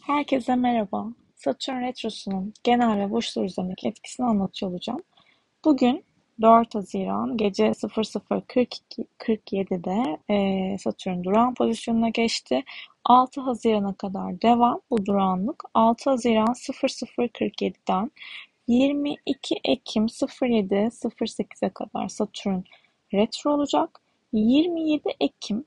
Herkese merhaba. Satürn Retrosu'nun genel ve burçlar üzerindeki etkisini anlatıyor olacağım. Bugün 4 Haziran gece 00:47'de Satürn durağan pozisyonuna geçti. 6 Haziran'a kadar devam bu durağanlık. 6 Haziran 00:47'den 22 Ekim 07:08'e kadar Satürn retro olacak. 27 Ekim,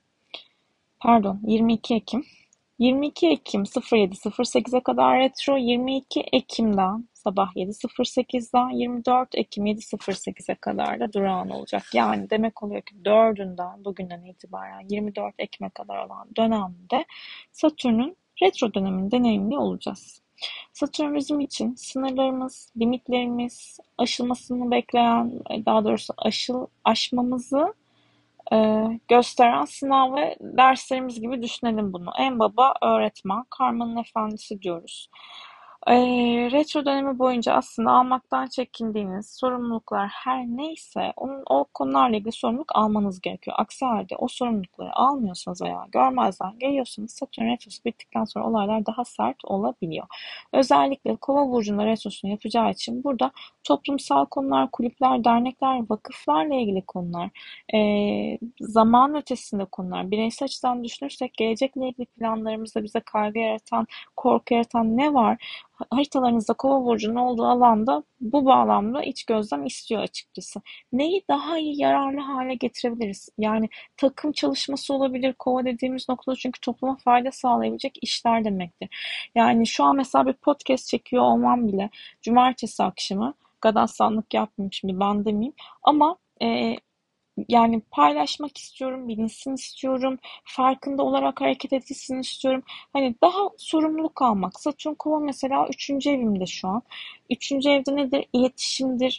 pardon 22 Ekim 22 Ekim 07:08'e kadar retro, 22 Ekim'den sabah 7:08'den 24 Ekim 7:08'e kadar da durağan olacak. Yani demek oluyor ki 4'ünden bugünden itibaren 24 Ekim'e kadar olan dönemde Satürn'ün retro dönemini deneyimli olacağız. Satürn bizim için sınırlarımız, limitlerimiz, aşılmasını bekleyen, daha doğrusu aşmamızı gösteren sınav ve derslerimiz gibi düşünelim bunu. En baba öğretmen, karmanın efendisi diyoruz. Retro dönemi boyunca aslında almaktan çekindiğiniz sorumluluklar her neyse o konularla ilgili sorumluluk almanız gerekiyor. Aksi halde o sorumlulukları almıyorsanız veya görmezden geliyorsanız Satürn retrosu bittikten sonra olaylar daha sert olabiliyor. Özellikle Kova burcunda retrosunu yapacağı için burada toplumsal konular, kulüpler, dernekler, vakıflarla ilgili konular, zaman ötesinde konular. Bireysel açıdan düşünürsek gelecekle ilgili planlarımızda bize kaygı yaratan, korku yaratan ne var? Haritalarınızda Kova burcunun olduğu alanda bu bağlamda iç gözlem istiyor açıkçası. Neyi daha iyi yararlı hale getirebiliriz? Yani takım çalışması olabilir. Kova dediğimiz noktada çünkü topluma fayda sağlayabilecek işler demektir. Yani şu an mesela bir podcast çekiyor olmam bile cumartesi akşamı gadassanlık yapmayayım şimdi ben demeyeyim ama yani paylaşmak istiyorum, bilinsin istiyorum, farkında olarak hareket edilsin istiyorum. Hani daha sorumluluk almak. Satürn Kova mesela üçüncü evimde şu an. Üçüncü evde nedir? İletişimdir.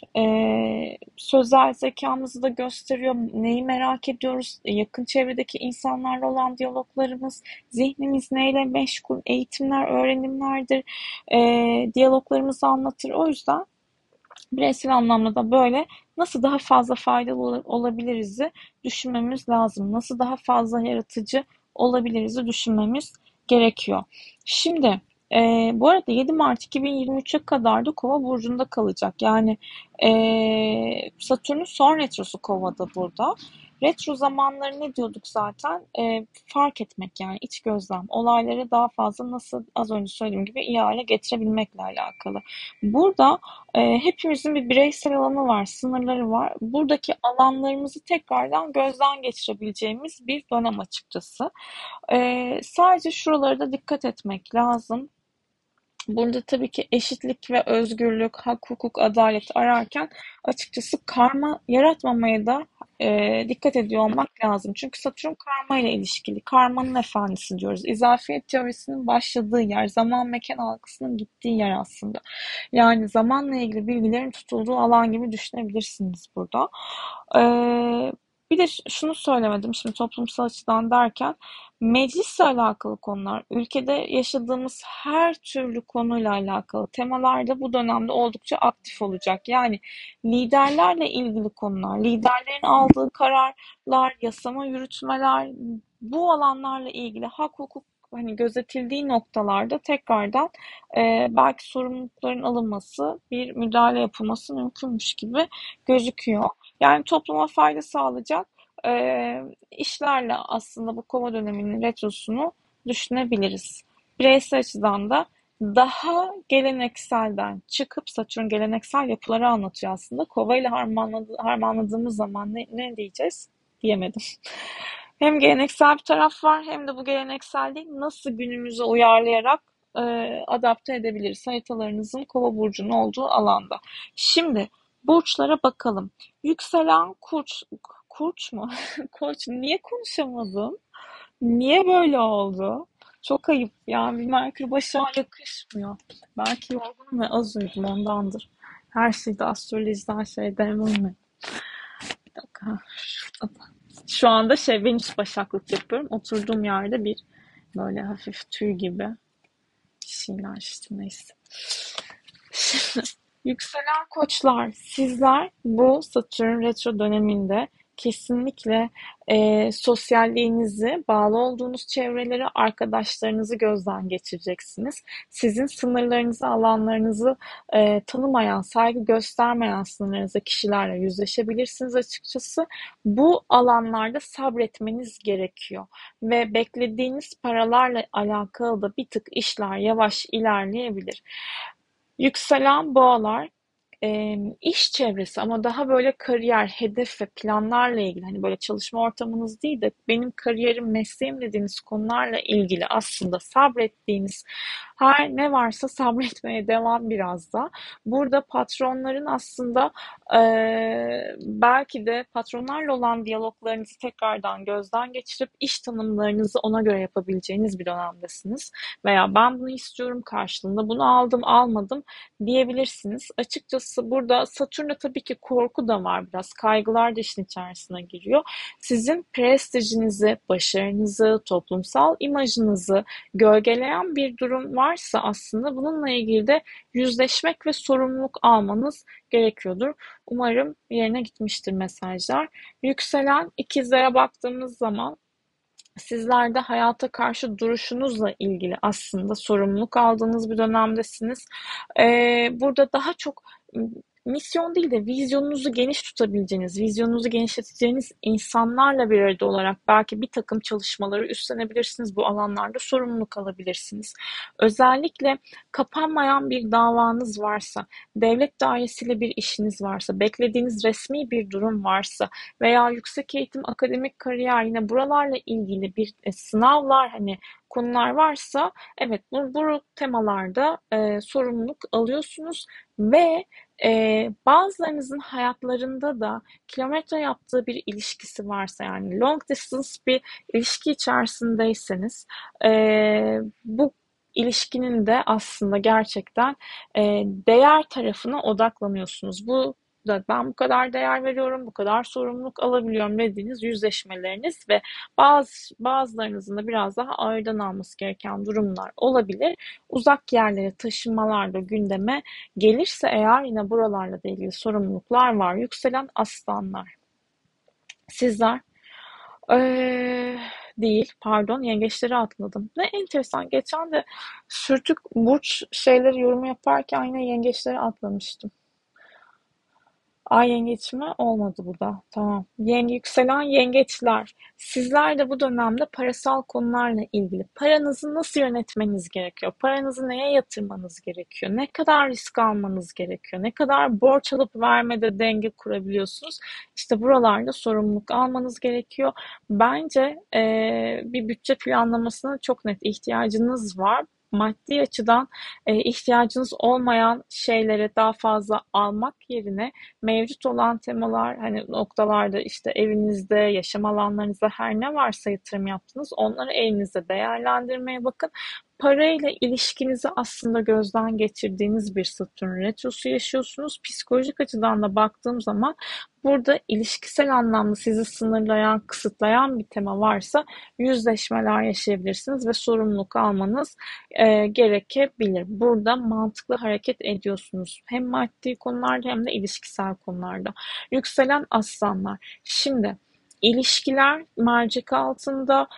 Sözel zekamızı da gösteriyor. Neyi merak ediyoruz? Yakın çevredeki insanlarla olan diyaloglarımız, zihnimiz neyle meşgul, eğitimler, öğrenimlerdir. Diyaloglarımızı anlatır. O yüzden bireysel anlamda da böyle nasıl daha fazla faydalı olabiliriz'i düşünmemiz lazım. Nasıl daha fazla yaratıcı olabiliriz'i düşünmemiz gerekiyor. Şimdi bu arada 7 Mart 2023'e kadar da Kova burcunda kalacak. Yani Satürn'ün son retrosu Kova'da burada. Retro zamanları ne diyorduk zaten? Fark etmek yani iç gözlem. Olayları daha fazla nasıl az önce söylediğim gibi iyi hale getirebilmekle alakalı. Burada hepimizin bir bireysel alanı var, sınırları var. Buradaki alanlarımızı tekrardan gözden geçirebileceğimiz bir dönem açıkçası. Sadece şuralara da dikkat etmek lazım. Burada tabii ki eşitlik ve özgürlük, hak, hukuk, adalet ararken açıkçası karma yaratmamaya da dikkat ediyor olmak lazım. Çünkü Satürn karma ile ilişkili. Karmanın efendisi diyoruz. İzafiyet teorisinin başladığı yer, zaman mekan algısının gittiği yer aslında. Yani zamanla ilgili bilgilerin tutulduğu alan gibi düşünebilirsiniz burada. Ee, Bir de şunu söylemedim şimdi toplumsal açıdan derken meclisle alakalı konular, ülkede yaşadığımız her türlü konuyla alakalı temalar da bu dönemde oldukça aktif olacak. Yani liderlerle ilgili konular, liderlerin aldığı kararlar, yasama yürütmeler, bu alanlarla ilgili hak hukuk hani gözetildiği noktalarda tekrardan belki sorumlulukların alınması, bir müdahale yapılması mümkünmüş gibi gözüküyor. Yani topluma fayda sağlayacak işlerle aslında bu kova döneminin retrosunu düşünebiliriz. Bireysel açıdan da daha gelenekselden çıkıp Satürn geleneksel yapıları anlatıyor aslında. Kova ile harmanladığımız zaman ne diyeceğiz? Diyemedim. Hem geleneksel bir taraf var hem de bu gelenekselliği nasıl günümüze uyarlayarak e, adapte edebiliriz haritalarınızın kova burcunun olduğu alanda. Şimdi burçlara bakalım. Yükselen Koç mu? Koç niye konuşamadım? Niye böyle oldu? Çok ayıp. Yani bir Merkür Başak'a yakışmıyor. Belki yorgunum ve az uyudum ondandır. Her şeyde astrolojiden şeyden uymuyor. Bir dakika. Şu anda Venüs Başaklık yapıyorum. Oturduğum yerde bir böyle hafif tüy gibi bir şeyler işte neyse. Yükselen koçlar, sizler bu Satürn retro döneminde kesinlikle sosyalliğinizi, bağlı olduğunuz çevreleri, arkadaşlarınızı gözden geçireceksiniz. Sizin sınırlarınızı, alanlarınızı tanımayan, saygı göstermeyen sınırlarınızda kişilerle yüzleşebilirsiniz açıkçası. Bu alanlarda sabretmeniz gerekiyor ve beklediğiniz paralarla alakalı da bir tık işler yavaş ilerleyebilir. Yükselen boğalar iş çevresi ama daha böyle kariyer, hedef ve planlarla ilgili hani böyle çalışma ortamınız değil de benim kariyerim, mesleğim dediğiniz konularla ilgili aslında sabrettiğiniz her ne varsa sabretmeye devam biraz da. Burada patronların aslında belki de patronlarla olan diyaloglarınızı tekrardan gözden geçirip iş tanımlarınızı ona göre yapabileceğiniz bir dönemdesiniz. Veya ben bunu istiyorum karşılığında bunu aldım almadım diyebilirsiniz. Açıkçası burada Satürn'de tabii ki korku da var biraz. Kaygılar da işin içerisine giriyor. Sizin prestijinizi, başarınızı, toplumsal imajınızı gölgeleyen bir durum varsa aslında bununla ilgili de yüzleşmek ve sorumluluk almanız gerekiyordur. Umarım yerine gitmiştir mesajlar. Yükselen ikizlere baktığımız zaman sizler de hayata karşı duruşunuzla ilgili aslında sorumluluk aldığınız bir dönemdesiniz. Burada daha çok misyon değil de vizyonunuzu geniş tutabileceğiniz, vizyonunuzu genişleteceğiniz insanlarla bir arada olarak belki bir takım çalışmaları üstlenebilirsiniz. Bu alanlarda sorumluluk alabilirsiniz. Özellikle kapanmayan bir davanız varsa, devlet dairesiyle bir işiniz varsa, beklediğiniz resmi bir durum varsa veya yüksek eğitim, akademik kariyer yine buralarla ilgili bir sınavlar hani konular varsa evet bu temalarda sorumluluk alıyorsunuz ve bazılarınızın hayatlarında da kilometre yaptığı bir ilişkisi varsa yani long distance bir ilişki içerisindeyseniz bu ilişkinin de aslında gerçekten değer tarafına odaklanıyorsunuz. Bu da ben bu kadar değer veriyorum, bu kadar sorumluluk alabiliyorum dediğiniz yüzleşmeleriniz ve bazılarınızın da biraz daha ağırdan alması gereken durumlar olabilir. Uzak yerlere taşınmalar da gündeme gelirse eğer yine buralarla da ilgili sorumluluklar var. Yükselen aslanlar. Sizler değil, pardon, yengeçleri atladım. Ne enteresan. Geçen de sürtük burç şeyleri yorum yaparken yine yengeçleri atlamıştım. Ay yengeç mi? Olmadı bu da. Tamam. Yükselen yengeçler. Sizler de bu dönemde parasal konularla ilgili paranızı nasıl yönetmeniz gerekiyor? Paranızı neye yatırmanız gerekiyor? Ne kadar risk almanız gerekiyor? Ne kadar borç alıp vermede denge kurabiliyorsunuz? İşte buralarda sorumluluk almanız gerekiyor. Bence bir bütçe planlamasına çok net ihtiyacınız var. Maddi açıdan ihtiyacınız olmayan şeylere daha fazla almak yerine mevcut olan temalar hani noktalarda işte evinizde, yaşam alanlarınızda her ne varsa yatırım yaptınız onları elinizde değerlendirmeye bakın. Parayla ilişkinizi aslında gözden geçirdiğiniz bir Satürn retrosu yaşıyorsunuz. Psikolojik açıdan da baktığım zaman burada ilişkisel anlamda sizi sınırlayan, kısıtlayan bir tema varsa yüzleşmeler yaşayabilirsiniz ve sorumluluk almanız gerekebilir. Burada mantıklı hareket ediyorsunuz. Hem maddi konularda hem de ilişkisel konularda. Yükselen aslanlar. Şimdi ilişkiler mercek altında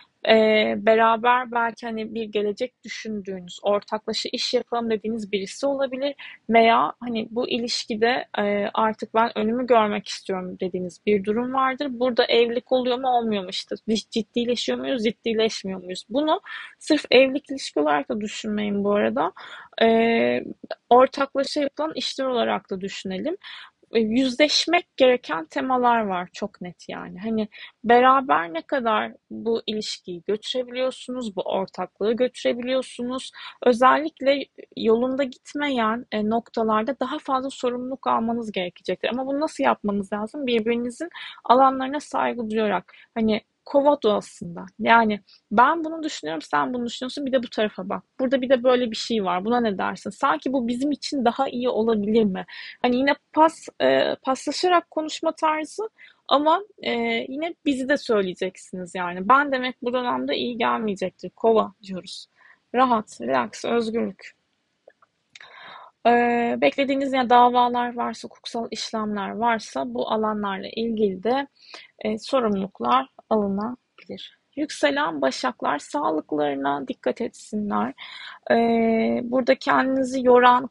beraber belki hani bir gelecek düşündüğünüz, ortaklaşa iş yapalım dediğiniz birisi olabilir veya hani bu ilişkide artık ben önümü görmek istiyorum dediğiniz bir durum vardır. Burada evlilik oluyor mu olmuyor mu işte ciddileşiyor muyuz, ciddileşmiyor muyuz? Bunu sırf evlilik ilişki olarak da düşünmeyin bu arada. E, Ortaklaşa yapılan işler olarak da düşünelim. Yüzleşmek gereken temalar var çok net yani. Hani beraber ne kadar bu ilişkiyi götürebiliyorsunuz, bu ortaklığı götürebiliyorsunuz. Özellikle yolunda gitmeyen noktalarda daha fazla sorumluluk almanız gerekecektir. Ama bunu nasıl yapmanız lazım? Birbirinizin alanlarına saygı duyarak. Hani kova doğasında. Yani ben bunu düşünüyorum, sen bunu düşünüyorsun. Bir de bu tarafa bak. Burada bir de böyle bir şey var. Buna ne dersin? Sanki bu bizim için daha iyi olabilir mi? Hani yine paslaşarak konuşma tarzı ama yine bizi de söyleyeceksiniz yani. Ben demek bu dönemde iyi gelmeyecektir. Kova diyoruz. Rahat, relax, özgürlük. Beklediğiniz ya davalar varsa, hukuksal işlemler varsa bu alanlarla ilgili de sorumluluklar alınabilir. Yükselen başaklar sağlıklarına dikkat etsinler. Burada kendinizi yoran,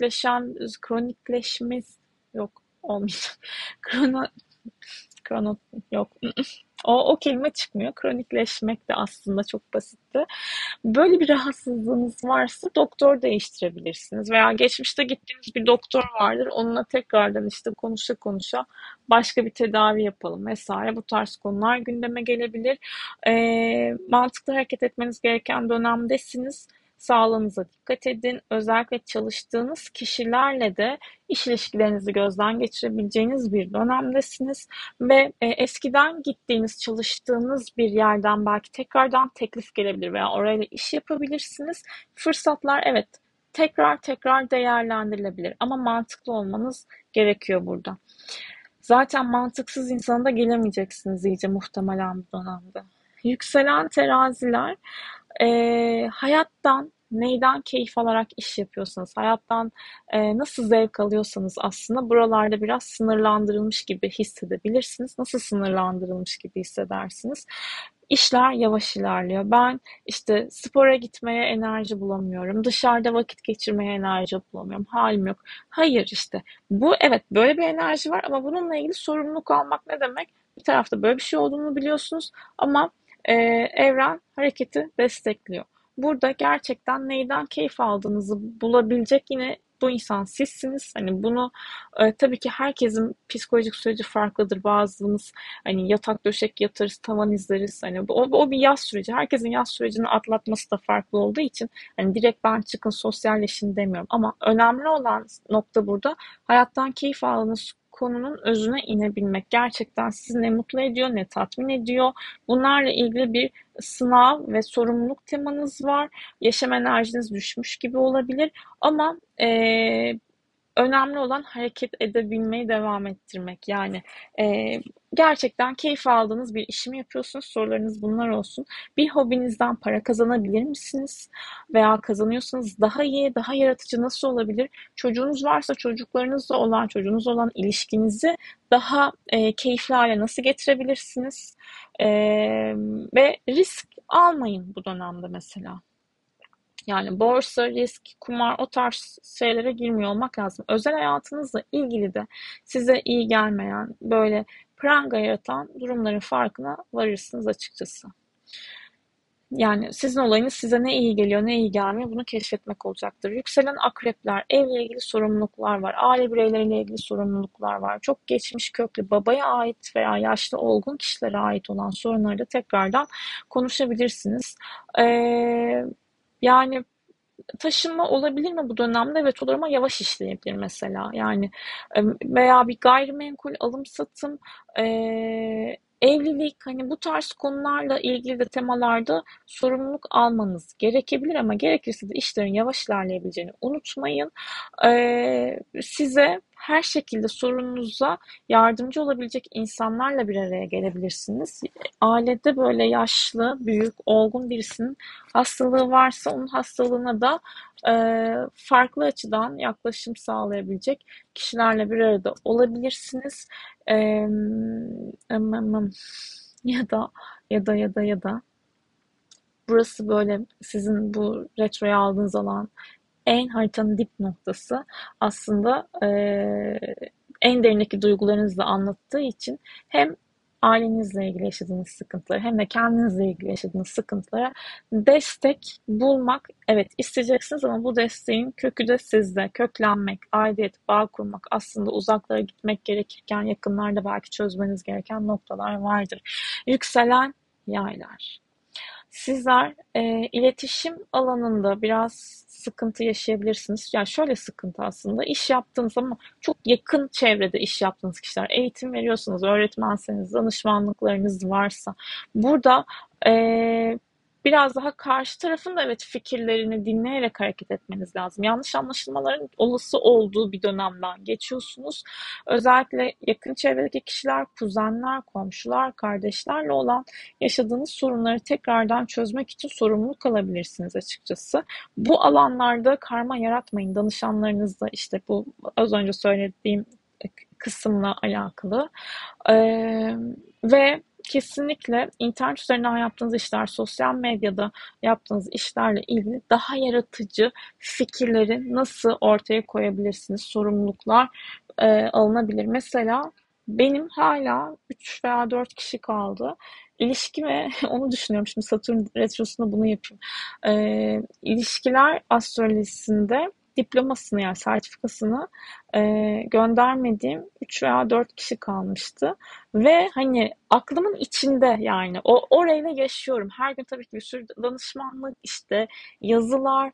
kronikleşmez yok olmayacak. Krono, krono yok. O kelime çıkmıyor. Kronikleşmek de aslında çok basitti. Böyle bir rahatsızlığınız varsa doktor değiştirebilirsiniz veya geçmişte gittiğiniz bir doktor vardır. Onunla tekrardan işte konuşa konuşa başka bir tedavi yapalım vesaire. Bu tarz konular gündeme gelebilir. Mantıklı hareket etmeniz gereken dönemdesiniz. Sağlığınıza dikkat edin. Özellikle çalıştığınız kişilerle de iş ilişkilerinizi gözden geçirebileceğiniz bir dönemdesiniz. Ve eskiden gittiğiniz, çalıştığınız bir yerden belki tekrardan teklif gelebilir veya orayla iş yapabilirsiniz. Fırsatlar evet tekrar tekrar değerlendirilebilir ama mantıklı olmanız gerekiyor burada. Zaten mantıksız insana da gelemeyeceksiniz iyice muhtemelen bu dönemde. Yükselen teraziler, hayattan neyden keyif alarak iş yapıyorsanız, hayattan nasıl zevk alıyorsanız aslında buralarda biraz sınırlandırılmış gibi hissedebilirsiniz. Nasıl sınırlandırılmış gibi hissedersiniz? İşler yavaş ilerliyor. Ben işte spora gitmeye enerji bulamıyorum. Dışarıda vakit geçirmeye enerji bulamıyorum. Halim yok. Hayır işte. Bu evet böyle bir enerji var ama bununla ilgili sorumluluk almak ne demek? Bir tarafta böyle bir şey olduğunu biliyorsunuz ama evren hareketi destekliyor. Burada gerçekten neyden keyif aldığınızı bulabilecek yine bu insan sizsiniz. Hani bunu tabii ki herkesin psikolojik süreci farklıdır. Bazımız hani yatak döşek yatarız, tavan izleriz. Hani o bir yaz süreci. Herkesin yaz sürecini atlatması da farklı olduğu için hani direkt ben çıkın sosyalleşin demiyorum. Ama önemli olan nokta burada hayattan keyif aldığınız konunun özüne inebilmek. Gerçekten sizi ne mutlu ediyor, ne tatmin ediyor. Bunlarla ilgili bir sınav ve sorumluluk temanız var. Yaşam enerjiniz düşmüş gibi olabilir ama önemli olan hareket edebilmeyi devam ettirmek. Yani gerçekten keyif aldığınız bir işi mi yapıyorsunuz? Sorularınız bunlar olsun. Bir hobinizden para kazanabilir misiniz? Veya kazanıyorsanız daha iyi, daha yaratıcı nasıl olabilir? Çocuğunuz varsa çocuğunuzla olan ilişkinizi daha keyifli hale nasıl getirebilirsiniz? E, Ve risk almayın bu dönemde mesela. Yani borsa, risk, kumar o tarz şeylere girmiyor olmak lazım. Özel hayatınızla ilgili de size iyi gelmeyen, böyle pranga yaratan durumların farkına varırsınız açıkçası. Yani sizin olayınız size ne iyi geliyor, ne iyi gelmiyor bunu keşfetmek olacaktır. Yükselen akrepler, evle ilgili sorumluluklar var, aile bireyleriyle ilgili sorumluluklar var. Çok geçmiş köklü babaya ait veya yaşlı olgun kişilere ait olan sorunları da tekrardan konuşabilirsiniz. Ee, Yani taşınma olabilir mi bu dönemde? Evet olur ama yavaş işleyebilir mesela. Yani veya bir gayrimenkul alım satım, evlilik hani bu tarz konularla ilgili de temalarda sorumluluk almanız gerekebilir ama gerekirse de işlerin yavaş ilerleyebileceğini unutmayın. Size her şekilde sorununuza yardımcı olabilecek insanlarla bir araya gelebilirsiniz. Ailede böyle yaşlı, büyük, olgun birisinin hastalığı varsa onun hastalığına da farklı açıdan yaklaşım sağlayabilecek kişilerle bir arada olabilirsiniz. Ya da ya da burası böyle sizin bu retroya aldığınız alan en haritanın dip noktası aslında en derindeki duygularınızı da anlattığı için hem ailenizle ilgili yaşadığınız sıkıntıları hem de kendinizle ilgili yaşadığınız sıkıntılara destek bulmak evet isteyeceksiniz ama bu desteğin kökü de sizde. Köklenmek, aidiyet, bağ kurmak aslında uzaklara gitmek gerekirken yakınlarda belki çözmeniz gereken noktalar vardır. Yükselen yaylar. Sizler iletişim alanında biraz sıkıntı yaşayabilirsiniz. Yani şöyle sıkıntı aslında iş yaptığınız ama çok yakın çevrede iş yaptığınız kişiler, eğitim veriyorsunuz, öğretmenseniz, danışmanlıklarınız varsa burada e, biraz daha karşı tarafın da evet fikirlerini dinleyerek hareket etmeniz lazım. Yanlış anlaşılmaların olası olduğu bir dönemden geçiyorsunuz. Özellikle yakın çevredeki kişiler, kuzenler, komşular, kardeşlerle olan yaşadığınız sorunları tekrardan çözmek için sorumluluk alabilirsiniz açıkçası. Bu alanlarda karma yaratmayın. Danışanlarınızla işte bu az önce söylediğim kısımla alakalı. Ee, Ve kesinlikle internet üzerinden yaptığınız işler, sosyal medyada yaptığınız işlerle ilgili daha yaratıcı fikirleri nasıl ortaya koyabilirsiniz? Sorumluluklar alınabilir. Mesela benim hala 3 veya 4 kişi kaldı. İlişki ve onu düşünüyorum. Şimdi Satürn Retrosu'nda bunu yapayım. İlişkiler astrolojisinde diplomasını yani sertifikasını göndermediğim 3 veya 4 kişi kalmıştı. Ve hani aklımın içinde yani o orayla yaşıyorum. Her gün tabii ki bir sürü danışmanlık işte yazılar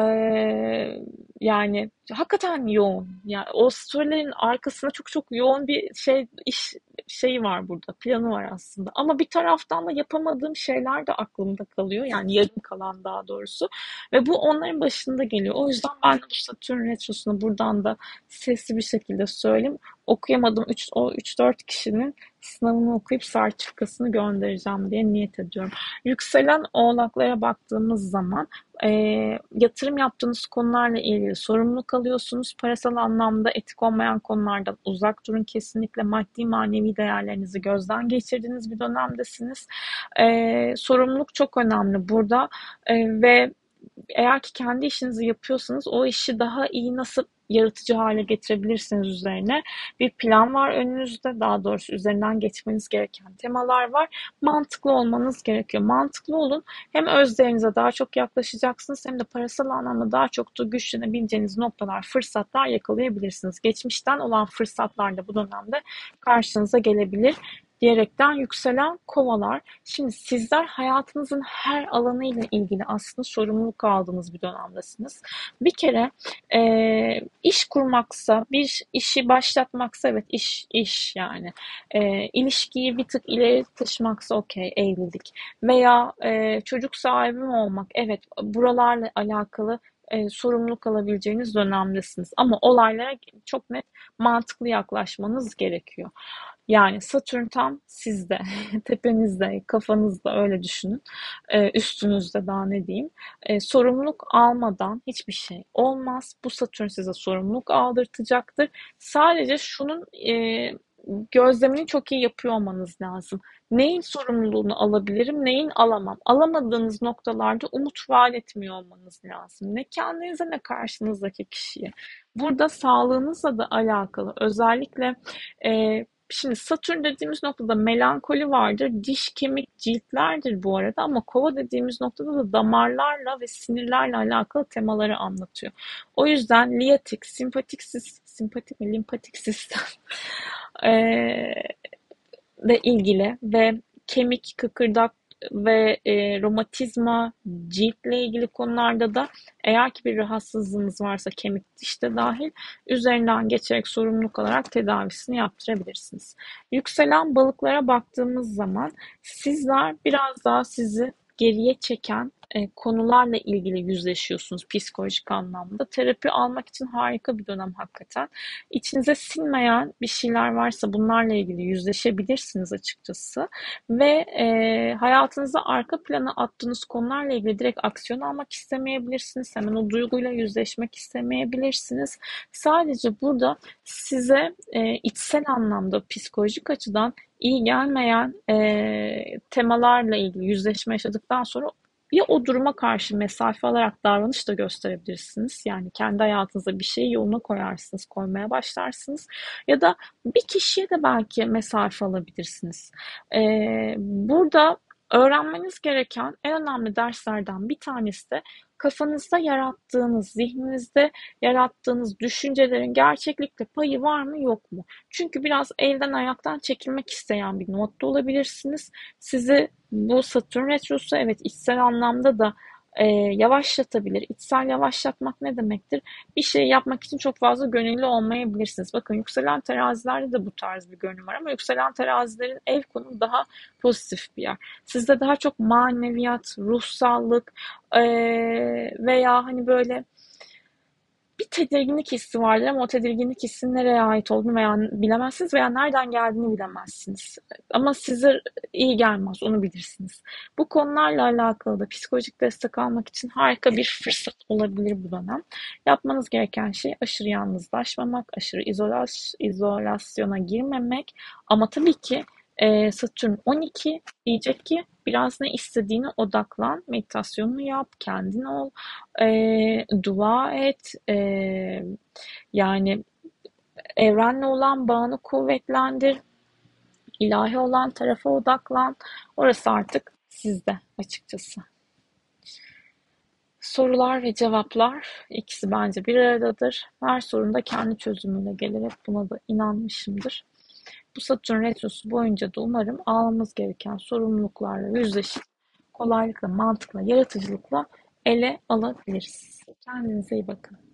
yani hakikaten yoğun. Yani o storylerin arkasında çok çok yoğun bir iş şeyi var burada. Planı var aslında. Ama bir taraftan da yapamadığım şeyler de aklımda kalıyor. Yani yarım kalan daha doğrusu. Ve bu onların başında geliyor. O yüzden ben de bu Satürn Retrosu'nu buradan da sesli bir şekilde söyleyeyim. Okuyamadığım o 3-4 kişinin sınavını okuyup sertifikasını göndereceğim diye niyet ediyorum. Yükselen oğlaklara baktığımız zaman e, yatırım yaptığınız konularla ilgili sorumluluk alıyorsunuz. Parasal anlamda etik olmayan konulardan uzak durun. Kesinlikle maddi manevi değerlerinizi gözden geçirdiğiniz bir dönemdesiniz. Sorumluluk çok önemli burada. Ve eğer ki kendi işinizi yapıyorsanız o işi daha iyi nasıl yaratıcı hale getirebilirsiniz üzerine bir plan var önünüzde. Daha doğrusu üzerinden geçmeniz gereken temalar var. Mantıklı olmanız gerekiyor. Mantıklı olun. Hem özlerinize daha çok yaklaşacaksınız hem de parasal anlamda daha çok da güçlenebileceğiniz noktalar, fırsatlar yakalayabilirsiniz. Geçmişten olan fırsatlar da bu dönemde karşınıza gelebilir diyerekten yükselen kovalar. Şimdi sizler hayatınızın her alanıyla ilgili aslında sorumluluk aldığınız bir dönemdesiniz. Bir kere iş kurmaksa, bir işi başlatmaksa evet iş yani. İlişkiyi bir tık ileri taşımaksa okey, evlilik. Veya çocuk sahibi mi olmak? Evet, buralarla alakalı sorumluluk alabileceğiniz dönemdesiniz. Ama olaylara çok net mantıklı yaklaşmanız gerekiyor. Yani Satürn tam sizde, tepenizde, kafanızda öyle düşünün. Üstünüzde daha ne diyeyim. Sorumluluk almadan hiçbir şey olmaz. Bu Satürn size sorumluluk aldırtacaktır. Sadece şunun gözlemini çok iyi yapıyor olmanız lazım. Neyin sorumluluğunu alabilirim, neyin alamam. Alamadığınız noktalarda umut vaat etmiyor olmanız lazım. Ne kendinize ne karşınızdaki kişiye. Burada sağlığınızla da alakalı özellikle şimdi Satürn dediğimiz noktada melankoli vardır. Diş, kemik, ciltlerdir bu arada ama kova dediğimiz noktada da damarlarla ve sinirlerle alakalı temaları anlatıyor. O yüzden liyatik, simpatik mi, limpatik sistem eee, ile ilgili ve kemik, kıkırdak ve romatizma, ciltle ilgili konularda da eğer ki bir rahatsızlığınız varsa kemik dişte dahil üzerinden geçerek sorumluluk alarak tedavisini yaptırabilirsiniz. Yükselen balıklara baktığımız zaman sizler biraz daha sizi geriye çeken konularla ilgili yüzleşiyorsunuz psikolojik anlamda. Terapi almak için harika bir dönem hakikaten. İçinize sinmeyen bir şeyler varsa bunlarla ilgili yüzleşebilirsiniz açıkçası. Ve hayatınızda arka plana attığınız konularla ilgili direkt aksiyon almak istemeyebilirsiniz. Hemen o duyguyla yüzleşmek istemeyebilirsiniz. Sadece burada size içsel anlamda psikolojik açıdan iyi gelmeyen temalarla ilgili yüzleşme yaşadıktan sonra ya o duruma karşı mesafe alarak davranış da gösterebilirsiniz. Yani kendi hayatınızda bir şeyi yoluna koyarsınız, koymaya başlarsınız. Ya da bir kişiye de belki mesafe alabilirsiniz. Burada öğrenmeniz gereken en önemli derslerden bir tanesi de kafanızda yarattığınız, zihninizde yarattığınız düşüncelerin gerçeklikle payı var mı yok mu? Çünkü biraz elden ayaktan çekilmek isteyen bir notta olabilirsiniz. Sizi bu Satürn Retrosu evet içsel anlamda da yavaşlatabilir. İçsel yavaşlatmak ne demektir? Bir şey yapmak için çok fazla gönüllü olmayabilirsiniz. Bakın yükselen terazilerde de bu tarz bir görünüm var ama yükselen terazilerin ev konumu daha pozitif bir yer. Sizde daha çok maneviyat, ruhsallık veya hani böyle bir tedirginlik hissi vardır ama o tedirginlik hissinin nereye ait olduğunu veya bilemezsiniz veya nereden geldiğini bilemezsiniz. Ama size iyi gelmez, onu bilirsiniz. Bu konularla alakalı da psikolojik destek almak için harika bir fırsat olabilir bu dönem. Yapmanız gereken şey aşırı yalnızlaşmamak, aşırı izolasyona girmemek ama tabii ki Satürn 12 diyecek ki biraz ne istediğine odaklan, meditasyonunu yap, kendin ol, dua et, yani evrenle olan bağını kuvvetlendir, ilahi olan tarafa odaklan. Orası artık sizde açıkçası. Sorular ve cevaplar ikisi bence bir aradadır. Her sorun da kendi çözümüyle gelir. Hep buna da inanmışımdır. Bu Satürn retrosu boyunca da umarım almamız gereken sorumluluklarla yüzleşip kolaylıkla, mantıkla, yaratıcılıkla ele alabiliriz. Kendinize iyi bakın.